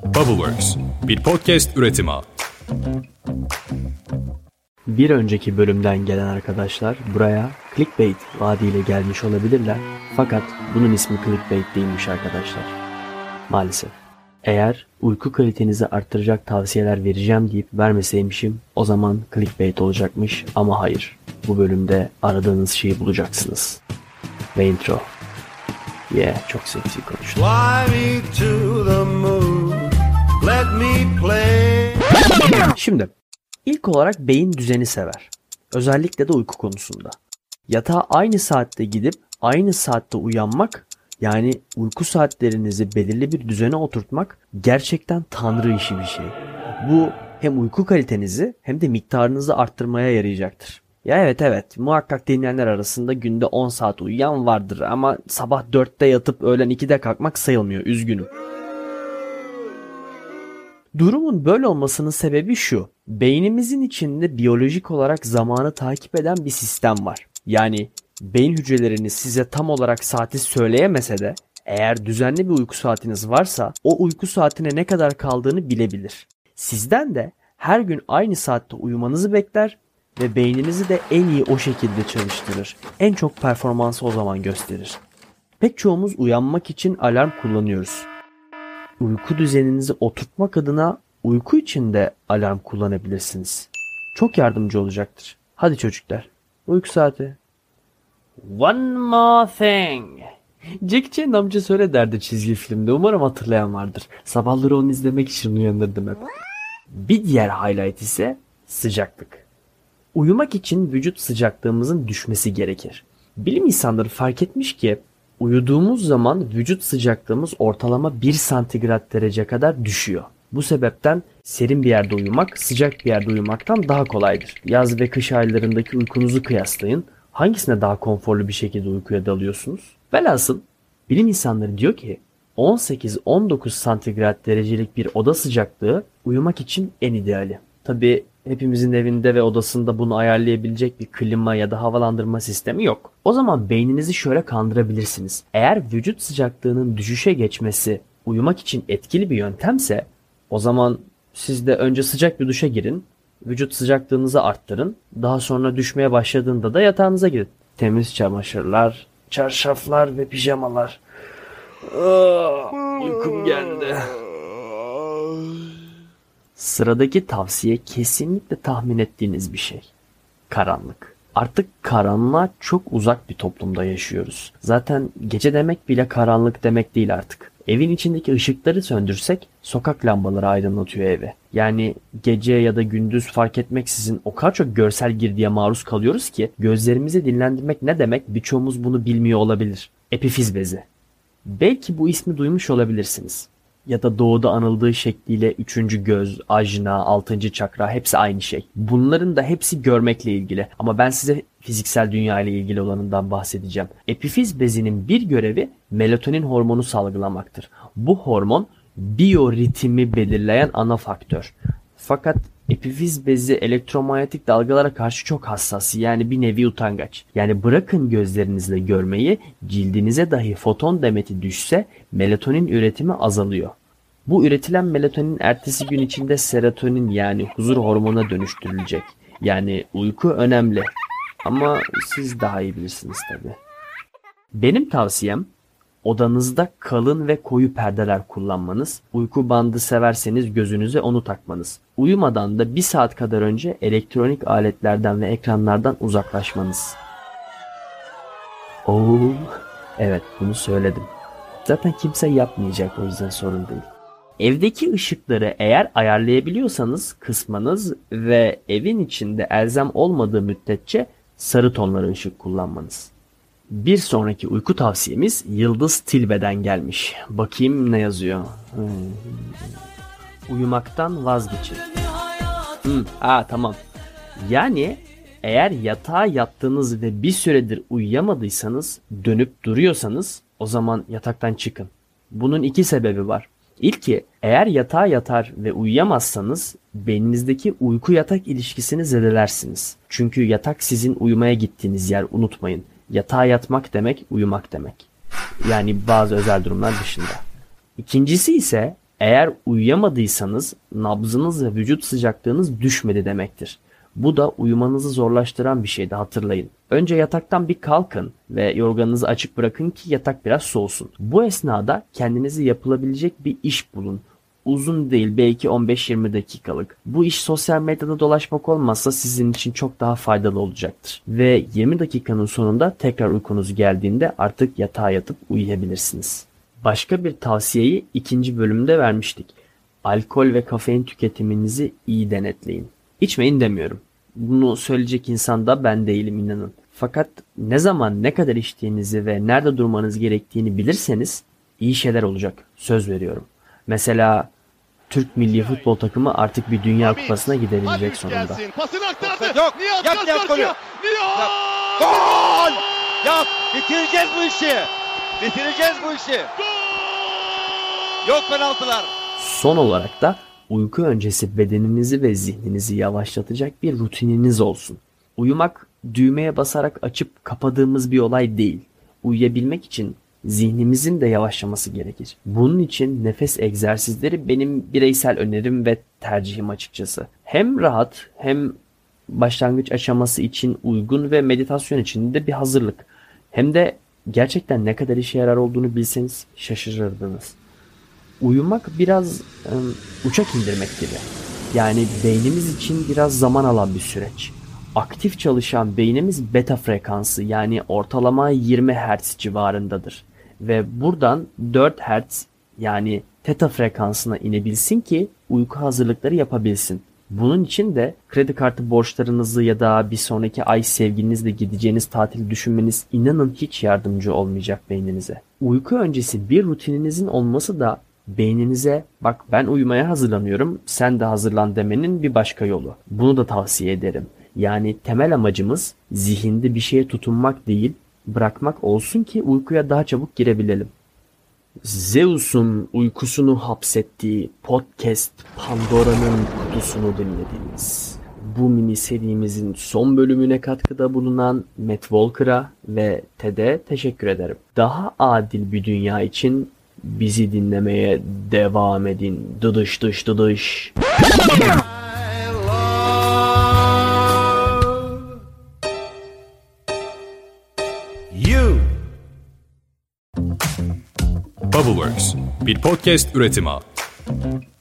Bubbleworks, bir podcast üretimi. Bir önceki bölümden gelen arkadaşlar buraya clickbait vaadiyle gelmiş olabilirler. Fakat bunun ismi clickbait değilmiş arkadaşlar. Maalesef. Eğer uyku kalitenizi arttıracak tavsiyeler vereceğim deyip vermeseymişim o zaman clickbait olacakmış ama hayır. Bu bölümde aradığınız şeyi bulacaksınız. Ve intro. Çok seksi konuştum. Şimdi ilk olarak beyin düzeni sever. Özellikle de uyku konusunda. Yatağa aynı saatte gidip aynı saatte uyanmak, yani uyku saatlerinizi belirli bir düzene oturtmak gerçekten tanrı işi bir şey. Bu hem uyku kalitenizi hem de miktarınızı arttırmaya yarayacaktır. Ya evet muhakkak dinleyenler arasında günde 10 saat uyuyan vardır ama sabah 4'te yatıp öğlen 2'de kalkmak sayılmıyor, üzgünüm. Durumun böyle olmasının sebebi şu: beynimizin içinde biyolojik olarak zamanı takip eden bir sistem var. Yani beyin hücreleriniz size tam olarak saati söyleyemese de eğer düzenli bir uyku saatiniz varsa o uyku saatine ne kadar kaldığını bilebilir. Sizden de her gün aynı saatte uyumanızı bekler ve beyninizi de en iyi o şekilde çalıştırır. En çok performansı o zaman gösterir. Pek çoğumuz uyanmak için alarm kullanıyoruz. Uyku düzeninizi oturtmak adına uyku için de alarm kullanabilirsiniz. Çok yardımcı olacaktır. Hadi çocuklar, uyku saati. One more thing. Jackie Chan amca söyle derdi çizgi filmde. Umarım hatırlayan vardır. Sabahları onu izlemek için uyanırdım hep. Bir diğer highlight ise sıcaklık. Uyumak için vücut sıcaklığımızın düşmesi gerekir. Bilim insanları fark etmiş ki uyuduğumuz zaman vücut sıcaklığımız ortalama 1 santigrat derece kadar düşüyor. Bu sebepten serin bir yerde uyumak sıcak bir yerde uyumaktan daha kolaydır. Yaz ve kış aylarındaki uykunuzu kıyaslayın. Hangisine daha konforlu bir şekilde uykuya dalıyorsunuz? Velhasıl bilim insanları diyor ki 18-19 santigrat derecelik bir oda sıcaklığı uyumak için en ideali. Tabii hepimizin evinde ve odasında bunu ayarlayabilecek bir klima ya da havalandırma sistemi yok. O zaman beyninizi şöyle kandırabilirsiniz. Eğer vücut sıcaklığının düşüşe geçmesi uyumak için etkili bir yöntemse o zaman siz de önce sıcak bir duşa girin, vücut sıcaklığınızı arttırın, daha sonra düşmeye başladığında da yatağınıza girin. Temiz çamaşırlar, çarşaflar ve pijamalar. Uykum geldi. Sıradaki tavsiye kesinlikle tahmin ettiğiniz bir şey. Karanlık. Artık karanlığa çok uzak bir toplumda yaşıyoruz. Zaten gece demek bile karanlık demek değil artık. Evin içindeki ışıkları söndürsek sokak lambaları aydınlatıyor evi. Yani gece ya da gündüz fark etmeksizin o kadar çok görsel girdiye maruz kalıyoruz ki gözlerimizi dinlendirmek ne demek birçoğumuz bunu bilmiyor olabilir. Epifiz bezi. Belki bu ismi duymuş olabilirsiniz. Ya da doğuda anıldığı şekliyle 3. göz, ajna, 6. çakra hepsi aynı şey. Bunların da hepsi görmekle ilgili. Ama ben size fiziksel dünya ile ilgili olanından bahsedeceğim. Epifiz bezinin bir görevi melatonin hormonu salgılamaktır. Bu hormon biyoritmi belirleyen ana faktör. Fakat epifiz bezi elektromanyetik dalgalara karşı çok hassas, yani bir nevi utangaç. Yani bırakın gözlerinizle görmeyi, cildinize dahi foton demeti düşse melatonin üretimi azalıyor. Bu üretilen melatonin ertesi gün içinde serotonin yani huzur hormonuna dönüştürülecek. Yani uyku önemli ama siz daha iyi bilirsiniz tabii. Benim tavsiyem odanızda kalın ve koyu perdeler kullanmanız, uyku bandı severseniz gözünüze onu takmanız. Uyumadan da 1 saat kadar önce elektronik aletlerden ve ekranlardan uzaklaşmanız. Evet, bunu söyledim. Zaten kimse yapmayacak, o yüzden sorun değil. Evdeki ışıkları eğer ayarlayabiliyorsanız kısmanız ve evin içinde elzem olmadığı müddetçe sarı tonları ışık kullanmanız. Bir sonraki uyku tavsiyemiz Yıldız Tilbe'den gelmiş. Bakayım ne yazıyor. Uyumaktan vazgeçin. Tamam. Yani eğer yatağa yattığınız ve bir süredir uyuyamadıysanız, dönüp duruyorsanız o zaman yataktan çıkın. Bunun 2 sebebi var. İlki, eğer yatağa yatar ve uyuyamazsanız beyninizdeki uyku yatak ilişkisini zedelersiniz. Çünkü yatak sizin uyumaya gittiğiniz yer, unutmayın. Yatağa yatmak demek uyumak demek. Yani bazı özel durumlar dışında. İkincisi ise Eğer uyuyamadıysanız nabzınız ve vücut sıcaklığınız düşmedi demektir. Bu da uyumanızı zorlaştıran bir şeydi, hatırlayın. Önce yataktan bir kalkın ve yorganınızı açık bırakın ki yatak biraz soğusun. Bu esnada kendinize yapılabilecek bir iş bulun. Uzun değil, belki 15-20 dakikalık. Bu iş sosyal medyada dolaşmak olmazsa sizin için çok daha faydalı olacaktır. Ve 20 dakikanın sonunda tekrar uykunuz geldiğinde artık yatağa yatıp uyuyabilirsiniz. Başka bir tavsiyeyi ikinci bölümde vermiştik. Alkol ve kafein tüketiminizi iyi denetleyin. İçmeyin demiyorum. Bunu söyleyecek insan da ben değilim, inanın. Fakat ne zaman ne kadar içtiğinizi ve nerede durmanız gerektiğini bilirseniz iyi şeyler olacak. Söz veriyorum. Mesela Türk milli futbol takımı artık bir Dünya Kupası'na gidebilecek sonunda. Pasını aktardı. Yok. Nihat Yap golü. Nihat. Gol! Yap. Bitireceğiz bu işi. Bitireceğiz bu işi. Yok penaltılar. Son olarak da uyku öncesi bedeninizi ve zihninizi yavaşlatacak bir rutininiz olsun. Uyumak düğmeye basarak açıp kapadığımız bir olay değil. Uyuyabilmek için zihnimizin de yavaşlaması gerekir. Bunun için nefes egzersizleri benim bireysel önerim ve tercihim açıkçası. Hem rahat hem başlangıç aşaması için uygun ve meditasyon için de bir hazırlık. Hem de gerçekten ne kadar işe yarar olduğunu bilseniz şaşırırdınız. Uyumak biraz uçak indirmek gibi. Yani beynimiz için biraz zaman alan bir süreç. Aktif çalışan beynimiz beta frekansı, yani ortalama 20 Hz civarındadır. Ve buradan 4 Hz yani teta frekansına inebilsin ki uyku hazırlıkları yapabilsin. Bunun için de kredi kartı borçlarınızı ya da bir sonraki ay sevgilinizle gideceğiniz tatili düşünmeniz, inanın, hiç yardımcı olmayacak beyninize. Uyku öncesi bir rutininizin olması da beyninize bak ben uyumaya hazırlanıyorum, sen de hazırlan demenin bir başka yolu. Bunu da tavsiye ederim. Yani temel amacımız zihinde bir şeye tutunmak değil, bırakmak olsun ki uykuya daha çabuk girebilelim. Zeus'un uykusunu hapsettiği podcast Pandora'nın kutusunu dinlediniz. Bu mini serimizin son bölümüne katkıda bulunan Matt Walker'a ve Ted'e teşekkür ederim. Daha adil bir dünya için bizi dinlemeye devam edin. Dıdış dış dıdış. Bubbleworks bir podcast üretimi.